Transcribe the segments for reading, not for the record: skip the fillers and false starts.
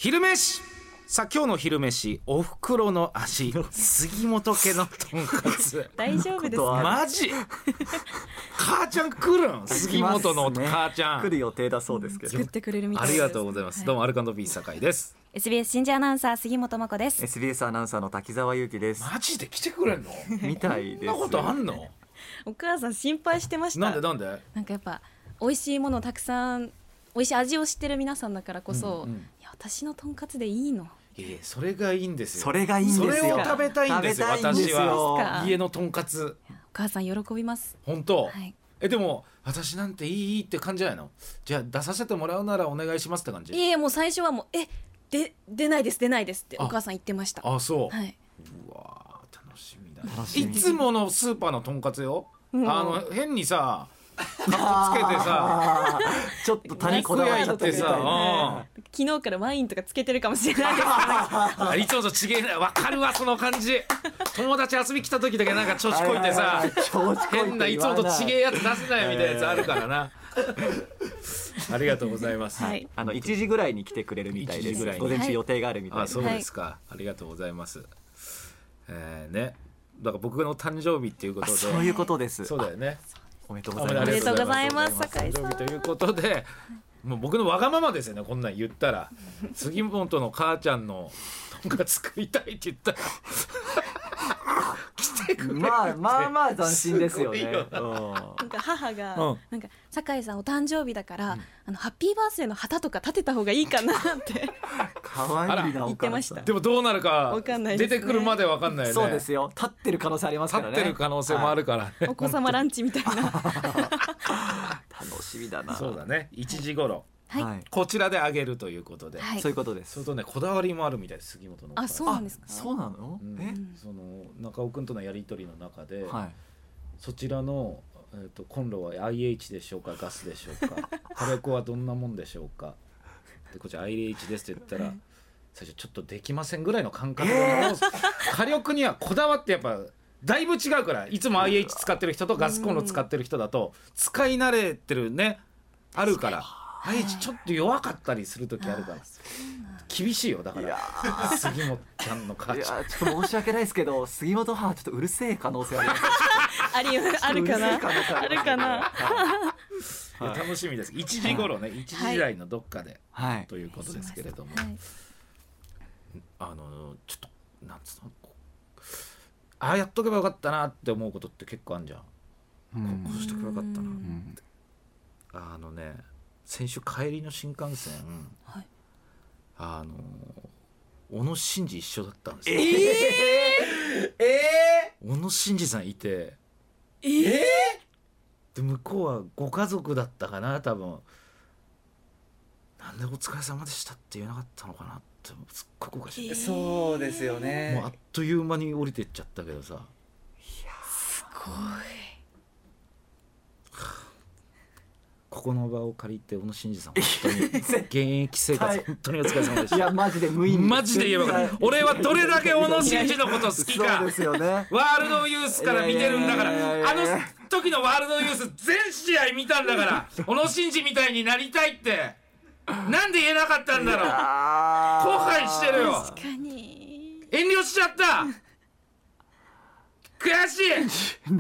昼飯。さあ今日の昼飯、お袋の足杉本家のとんかつ大丈夫ですか？ マジ母ちゃん来るん？杉本の母ちゃん来る予定だそうですけど、 作ってくれるみたいです。 ありがとうございます、どうもアルカンドピース酒井です。 SBS 新人アナウンサー杉本真子です。 SBS アナウンサーの滝沢祐希です。 マジで来てくれんの？ みたいです。 そんなことあんの？ お母さん心配してました。 なんでなんかやっぱ美味しいものをたくさん、美味しい味を知ってる皆さんだからこそ、いや私のとんかつでいいの。 それがいいんですよ。 それがいいんですよ。 それを食べたいんですよ。 食べたいんですよ。 私はか家のとんかつ。 お母さん喜びます。 本当、 はい、 でも私なんていいって感じじゃないの？じゃあ出させてもらうならお願いしますって感じ？ いえもう最初はもう出ないですってお母さん言ってました。 あ、そう、 はい、 うわ楽しみだ。 楽しみいつものスーパーのとんかつよ、変にさカットつけてさちょっと谷こだわっちゃってみたいな。 昨日からワインとかつけてるかもしれないですいつもと違えない。わかるわその感じ。友達遊び来た時だけなんか調子こいてさ変ないつもと違えやつ出せないみたいなやつあるからな。ありがとうございます、 はい、 1時ぐらいに来てくれるみたいです。午前中予定があるみたいです。 あ、そうですか、ありがとうございます。ね、だから僕の誕生日っていうことで。 そういうことです。 そうだよね。 おめでとうございます。 おめでとうございます。酒井さん誕生日ということで、もう僕のわがままですよね。こんなん言ったら杉本の母ちゃんのとんかつ食いたいって言ったら来てくれるってまあ斬新ですよね。 すごいよななんか母が、 うんなんか酒井さんお誕生日だから、ハッピーバースデーの旗とか立てた方がいいかなって可愛いなお言ってま母さんした。 でもどうなるかわかんないですね出てくるまでわかんないよね。 そうですよ。立ってる可能性ありますからね。 立ってる可能性もあるからね、 お子様ランチみたいな楽しみだな。 そうだね。1時頃はいこちらであげるということで、 はいそういうことですそれ。とねこだわりもあるみたいです杉本の。 あ、そうなんですか？ そうなの？ その中尾くんとのやり取りの中で、 はい。 そちらの、コンロは IH でしょうかガスでしょうか火力はどんなもんでしょうかでこちら IH ですって言ったら、最初ちょっとできませんぐらいの感覚で、火力にはこだわってやっぱだいぶ違うから。いつも IH 使ってる人とガスコンロ使ってる人だと使い慣れてるねあるから、IH ちょっと弱かったりする時あるから厳しいよ。だから杉本ちゃんの母いやちゃんちょっと申し訳ないですけど、杉本母ちょっとうるせえ可能性あります。 あるかなあるかな。 いや楽しみです。1時頃ね、1時台のどっかで、 はい。 ということですけれども、 はい、 ちょっとなんつうの、ああやっとけばよかったなって思うことって結構あるじゃん。こうしとけばよかったな。先週帰りの新幹線、 はい、 小野伸二一緒だったんですよ。小野伸二さんいて、で向こうはご家族だったかな多分。なんでお疲れ様でしたって言えなかったのかなってすっごくおかしい、 そうですよね。 もうあっという間に降りてっちゃったけどさ。 すごい。 ここの場を借りて小野伸二さん本当に現役生活本当にお疲れ様でした。 いやマジで無意味。 マジで言えば分かる。俺はどれだけ小野伸二のこと好きか。 そうですよね。 ワールドユースから見てるんだから。あの時のワールドユース全試合見たんだから。小野伸二みたいになりたいってなんで言えなかったんだろう。後悔してるよ。 確かに遠慮しちゃった。悔しい。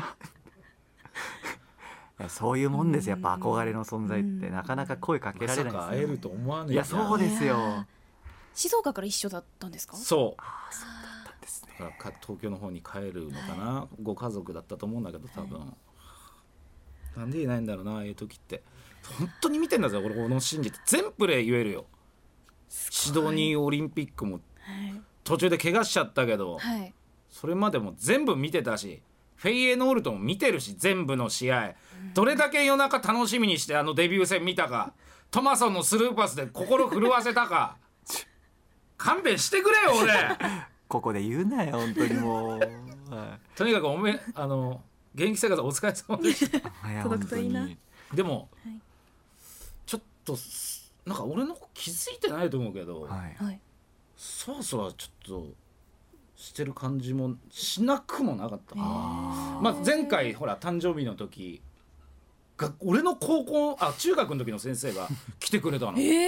そういうもんですよ。やっぱ憧れの存在ってなかなか声かけられないですよ。 まさか会えると思わない。 いやそうですよ。 静岡から一緒だったんですか？ そう。 そうだったんですね。 だから東京の方に帰るのかな、ご家族だったと思うんだけど多分、なんで言えないんだろうなああいう時って。本当に見てんだぞ俺小野伸二って全プレー言えるよ。シドニーオリンピックも途中で怪我しちゃったけど、それまでも全部見てたし、フェイエノールトも見てるし全部の試合、どれだけ夜中楽しみにしてデビュー戦見たか、トマソンのスルーパスで心震わせたか勘弁してくれよ俺。 ここで言うなよ本当にもう。 とにかく現役生活お疲れ様でした。 届くといいな。 でも、ちょっとなんか俺の子気づいてないと思うけど、そわそわちょっとしてる感じもしなくもなかったかな。前回ほら誕生日の時が俺の中学の時の先生が来てくれたの。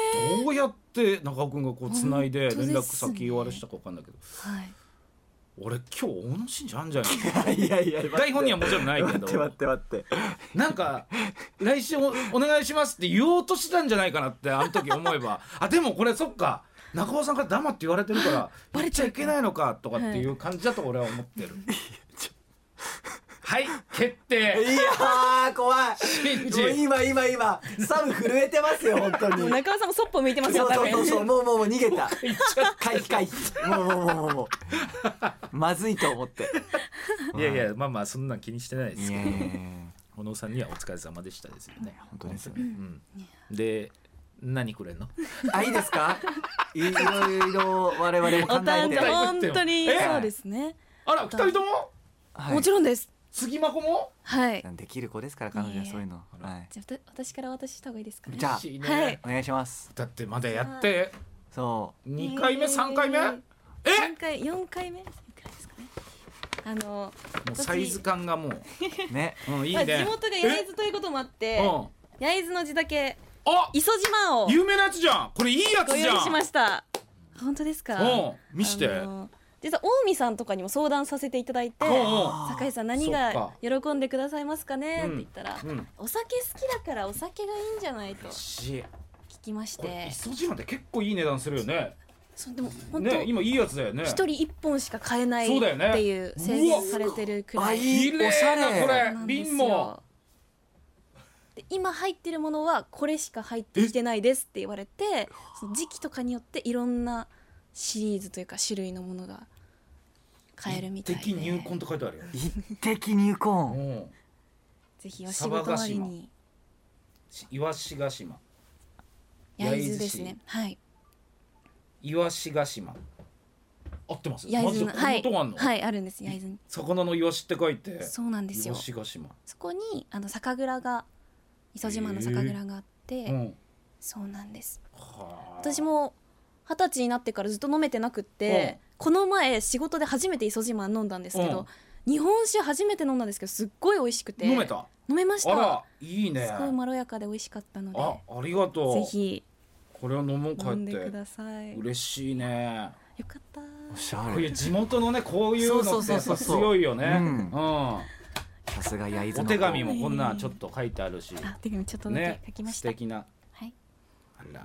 どうやって中尾くんがこう繋いで本当ですね連絡先をあれしたか分かんないけど、 はい俺今日小野伸二あんじゃないのいやいや台本にはもちろんないけど待って待って待ってなんか来週お願いしますって言おうとしたんじゃないかなってあの時思えばあでもこれそっか中尾さんから黙って言われてるからバレちゃいけないのかとかっていう感じだと俺は思ってるはい決定いやー怖い信じもう今サム震えてますよ本当に中尾さんもそっぽ向いてますよ多分そうもう逃げた回避もうまずいと思っていやいやまあまあそんなん気にしてないですけどいやいやいや小野さんにはお疲れ様でしたですよね本当ですねうんで何くれんのあいいですかいろいろ我々もお考えて誕生本当にえそうですねあら二人ともはいもちろんです杉真子もはいできる子ですから彼女はそういうのはいじゃあ私から渡した方がいいですかねじゃあ嬉しいねはいお願いしますだってまだやってそ 2回目3回目 3 え回4回目くらいですかねもうサイズ感がもううねいいまあ地ね元が焼津ということもあってうん焼津の地酒あ磯島を有名なやつじゃんこれいいやつじゃんご用意しました本当ですかうん見して実は近江さんとかにも相談させていただいてうん酒井さん何が喜んでくださいますかねって言ったらうんお酒好きだからお酒がいいんじゃないとし聞きましこれて磯島って結構いい値段するよねそうでも本当ね今いいやつだよね一人一本しか買えないそうだよねっていう制限されてるくらい綺麗おしゃれなこれなんですよ瓶もで今入ってるものはこれしか入ってきてないですって言われてその時期とかによっていろんなシリーズというか種類のものが買えるみたいで一滴入魂って書いてあるよ一滴入魂うんぜひお仕事終わりに岩志ヶ島焼津ですねはい岩志ヶ島合ってます焼津のマジでこんなとこあんのはいあるんです焼津に魚のイワシって書いてそうなんですよ岩志ヶ島そこに酒蔵が磯島の酒蔵があって、 うんそうなんですはあ私も20歳になってからずっと飲めてなくって、この前仕事で初めて磯島飲んだんですけど、日本酒初めて飲んだんですけどすっごい美味しくて飲めた飲めましたあらいいねすごいまろやかで美味しかったのでありがとうぜひこれを飲もう帰飲んでくってださいよ嬉しいねかったおしゃこういうれ地元のねこういうのってやっぱ強いよねうんうんさすが焼津のお手紙もこんなちょっと書いてあるしあ手紙ちょっとだけね書きました、 素敵なはいあら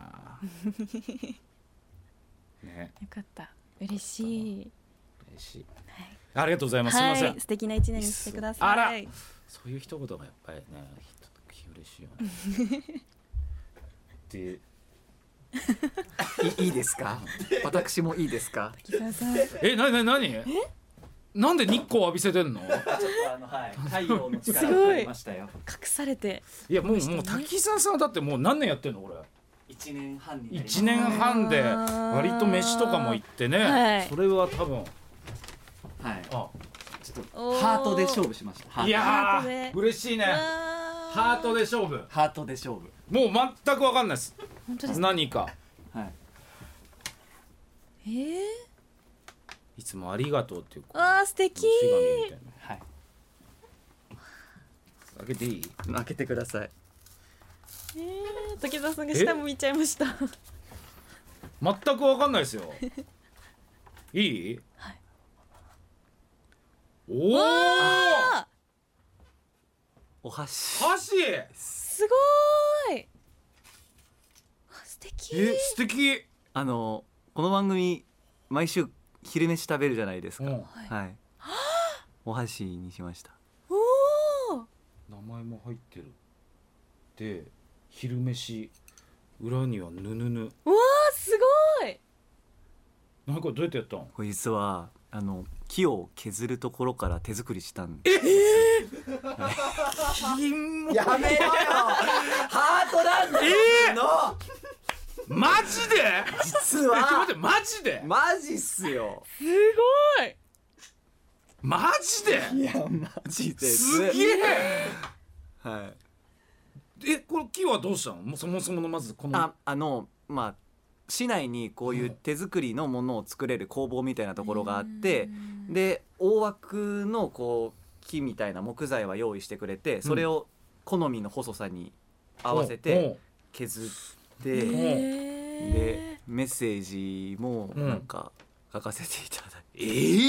ねよかった嬉しい嬉しいありがとうございますすいませんはい素敵な一年にしてくださいあらそういう一言がやっぱりね嬉しいよねでいいですか私もいいですか木澤さんなんで日光浴びせてんのちょっとはい太陽の力を借りましたよ隠されていやもう滝沢さんはだってもう何年やってんのこれ 1年半に 1年半で割と飯とかも行ってね、 はいそれは多分はいあちょっとハートで勝負しましたいやハートでー嬉しいねハートで勝負ハートで勝負もう全く分かんないです本当です何かはいいつもありがとうっていうわあ素敵手紙みたいはいな開けていい開けてください滝沢さんが下も見ちゃいました全く分かんないですよいい、 はい、 おおあお箸箸すごーい素敵素敵この番組毎週昼飯食べるじゃないですか、 うんはいお箸にしましたおお名前も入ってるで昼飯裏にはぬぬぬうわーすごいなんかどうやってやったのこれ実は木を削るところから手作りしたんで金もやめろよハートなんだよ、 マジで実ちょっと待はってマジでマジっすよすごいマジでいやマジですすげえはいこれ木はどうしたのもうそもそものまずこのまあ市内にこういう手作りのものを作れる工房みたいなところがあってで大枠のこう木みたいな木材は用意してくれてそれを好みの細さに合わせて削ってでメッセージもなんか書かせていただい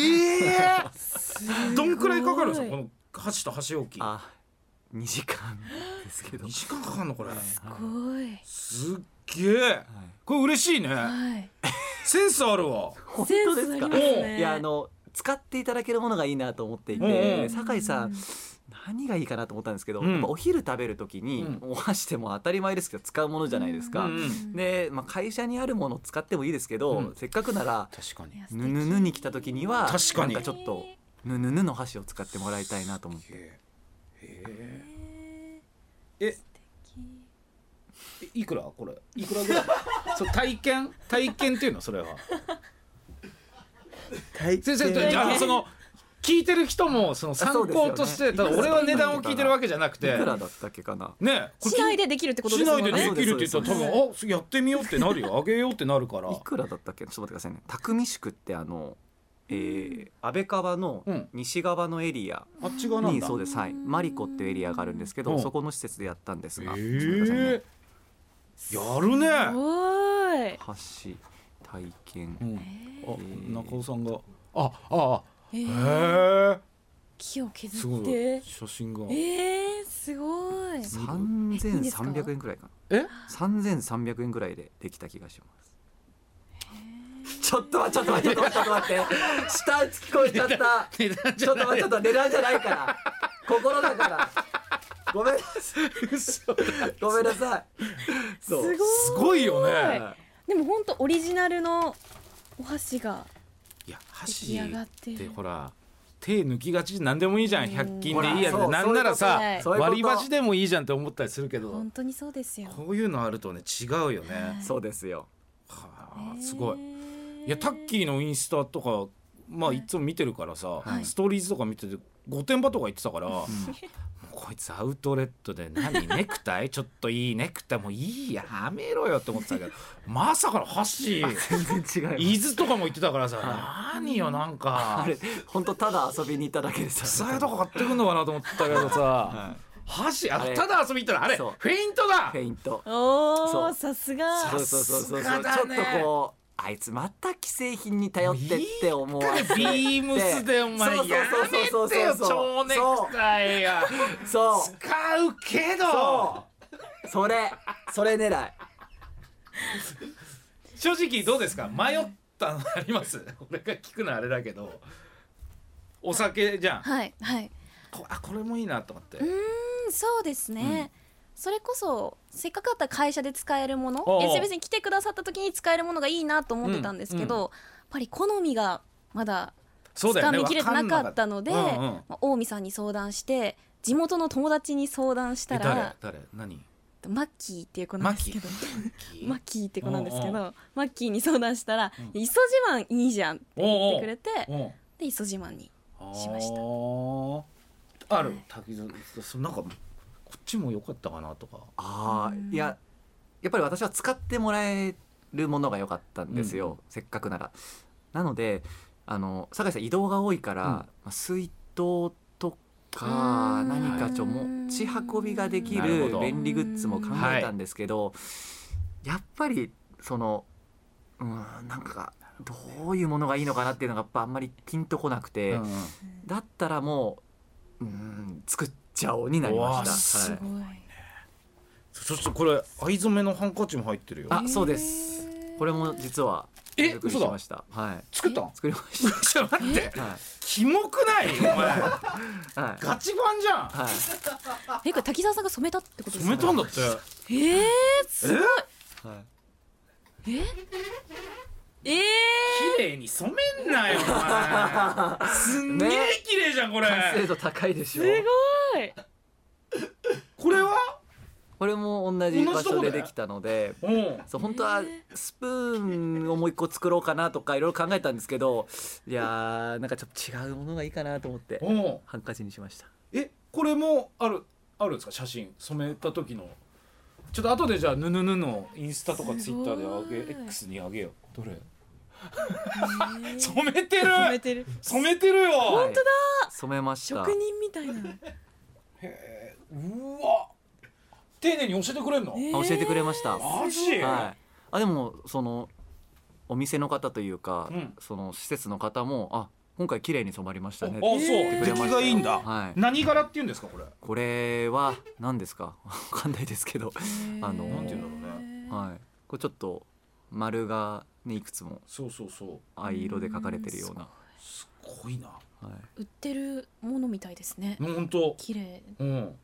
て、 どんくらいかかるんですかこの箸と箸置き。 あ、2時間ですけど。 2時間かかるのこれ。 すごい。 すっげえ。これ嬉しいね。 はい。 センスあるわ。 本センス当ですか。 ありますね。 いや使っていただけるものがいいなと思っていうんうて、 ん酒井さん何がいいかなと思ったんですけど、 うんやっぱお昼食べる時に、 うんお箸でも当たり前ですけど使うものじゃないですか、 うんうんで、会社にあるものを使ってもいいですけど、 うんせっかくなら確かに。 ぬぬぬに来た時には確かになんかちょっとぬぬぬの箸を使ってもらいたいなと思って。 へえ。いくらこれ？いくらぐらい？そう体験っていうのそれは。先生じゃあその聞いてる人もその参考として、ただ俺は値段を聞いてるわけじゃなくて、 いくらだったっけかな。 ね、 しないでできるってことしですもんね。 ないでできるって言ったら多分やってみようってなるよ、あげようってなるから。 いくらだったっけ、ちょっと待ってくださいね。匠宿って安倍川の西側のエリアあっち側なんに、 だ。 そうです、はい、マリコっていうエリアがあるんですけど、 うんそこの施設でやったんですが、 やちょっと待ってくださいね。 るね。 すごい。 箸体験、 うんあ、中尾さんがへえ。 木をすごい削って。 写真が。 すごい。 3300円くらいかな。 え 3300円くらいでできた気がします。ちょっと待って下打ち聞こえちゃった。 値段じゃない。 ちょっと値段じゃないから心だからごめんなさいごめんなさい。そうすごいよね。 でも本当オリジナルのお箸がいや出箸来上がってってる。 ほら手抜きがちなんでもいいじゃん、100均でいいやつほらなんならさそういうこと割り箸でもいいじゃんって思ったりするけど、 本当にそうですよ。 こういうのあるとね違うよね。 そうですよ。 はあすごい。いやタッキーのインスタとかいつも見てるからさ、 はいストーリーズとか見てて御殿場とか行ってたから、もうこいつアウトレットでネクタイちょっといいネクタイもういいやめろよって思ってたけどまさかの箸全然違い伊豆とかも行ってたからさ、何よなんかあれ本当ただ遊びに行っただけです。 草屋とか買ってくんのかなと思ったけどさ、箸あれただ遊び行ったらあれフそうェイントだ。 フェイント。 おお、 そうさすが。 そうさすちょがだねっとこうあいつまた既製品に頼ってって思わせて、 ビームスでお前やめてよ蝶ネクタイやそう使うけどそれ狙い。 正直どうですか、迷ったのあります？俺が聞くのあれだけどお酒じゃん、 はいはい。 これもいいなと思ってそうですね。それこそせっかくだったら会社で使えるもの、 おうおう SBS に来てくださった時に使えるものがいいなと思ってたんですけど、やっぱり好みがまだそうだよね掴みきれてなかったので、 わかんなかった近江さんに相談して地元の友達に相談したら、 誰何マッキーっていう子なんですけどママッキーって子なんですけおうど、マッキーに相談したら「磯自慢いいじゃん」って言ってくれて、で磯自慢にしましたある滝沢なんかこっちも良かったかなとか。 いややっぱり私は使ってもらえるものが良かったんですよ、せっかくなら。なので酒井さん移動が多いから、水筒とか何か持ち運びができるなるほど便利グッズも考えたんですけど、やっぱりなんかどういうものがいいのかなっていうのがやっぱあんまりピンとこなくて、だったらもう作っちゃおうになりました。 すごい。 そしてこれ藍染めのハンカチも入ってるよ。 そうです。これも実は手作りしました。 作ったん？ 作りました。 ちょっと待って、キモくないお前ガチファンじゃん。 これ滝沢さんが染めたってことですか？ 染めたんだって。 すごい。綺麗に染めんなよお前。すんげえ綺麗じゃんこれ。 完成度高いでしょ。 すごい。 これは？ これも同じ場所でできたので、そう本当はスプーンをもう一個作ろうかなとかいろいろ考えたんですけど、いやーなんかちょっと違うものがいいかなと思ってハンカチにしました。 これもあるんですか、写真染めた時の。ちょっと後でじゃあぬぬぬのインスタとかツイッターでX にあげよう。どれ？染めてるよ。 本当だ。 染めました。 職人みたいな。 うわ。丁寧に教えてくれんの？ 教えてくれました。 マジ？ でもそのお店の方というか、 うんその施設の方も今回綺麗に染まりましたね。 あそう出来がいいんだ、 はい何柄っていうんですかこれ。 これは何ですかわかんないですけどなんていうんだろうね。 はい、これちょっと丸がねいくつもそうそうそう藍色で描かれてるような、 すごいな。 はい、 売ってるものみたいですね。 本当。 綺麗。 うん。 はい。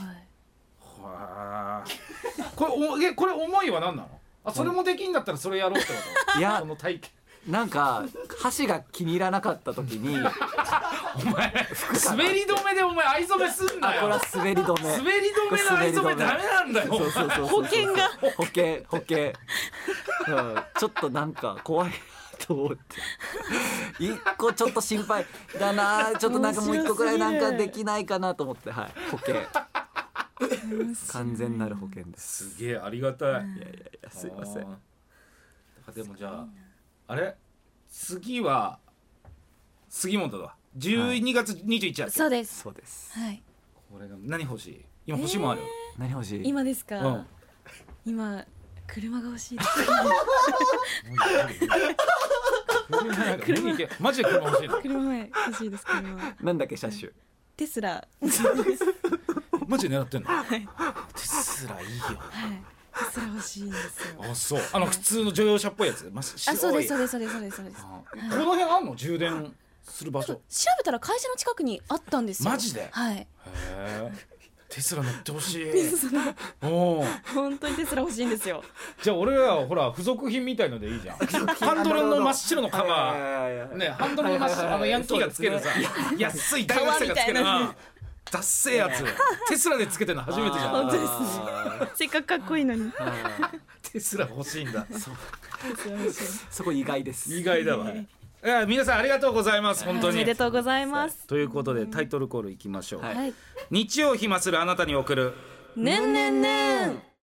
はあ。これ思いは何なの？それもできんだったらそれやろうってこと？ いやその体験。 なんか箸が気に入らなかった時にお前滑り止めでお前藍染めすんなよ。 これは滑り止め滑り止めの藍染めダメなんだよ。 そうそうそう保険が保険、ちょっとなんか怖いと思って一個ちょっと心配だな、ちょっとなんかもう一個くらいなんかできないかなと思って、はい、保険完全なる保険です。 すげえありがたい。 いやすいません。 でもじゃあれ次は杉本だ。12月21日だっけ？ そうです。 そうです。 はい。 これが何欲しい？今欲しいもんある？ 何欲しい？ 今ですか？ うん今車が欲しいです。 マジで車欲しいの？ 車欲しいです。車。 なんだっけ車種？ テスラ。 マジで狙ってんの？ はい。 テスラいいよ。 はい。テスラ欲しいんですよ。 あそう。普通の乗用車っぽいやつ。 そうですそうですそうですそうですそうです。 この辺あんの？充電する場所。 調べたら会社の近くにあったんですよ。 マジで？ はい。 へえ。テスラ乗ってほしい。 ラおお。 本当にテスラ欲しいんですよ。 じゃあ俺らはほら付属品みたいのでいいじゃん。ハンドルの真っ白のカバーね、ハンドルの真っ白ヤンキーがつけるさ安い大学生がつけるなダッセーやつテスラでつけてるの初めてじゃん。 本当ですね。せっかくかっこいいのに。 テスラ欲しいんだ。 テスラ欲しい。 そこ意外です。 意外だわ。皆さんありがとうございます。本当におめでとうございます。 ということでタイトルコールいきましょう。 はいはい。 日曜暇するあなたに送るねんねんねん。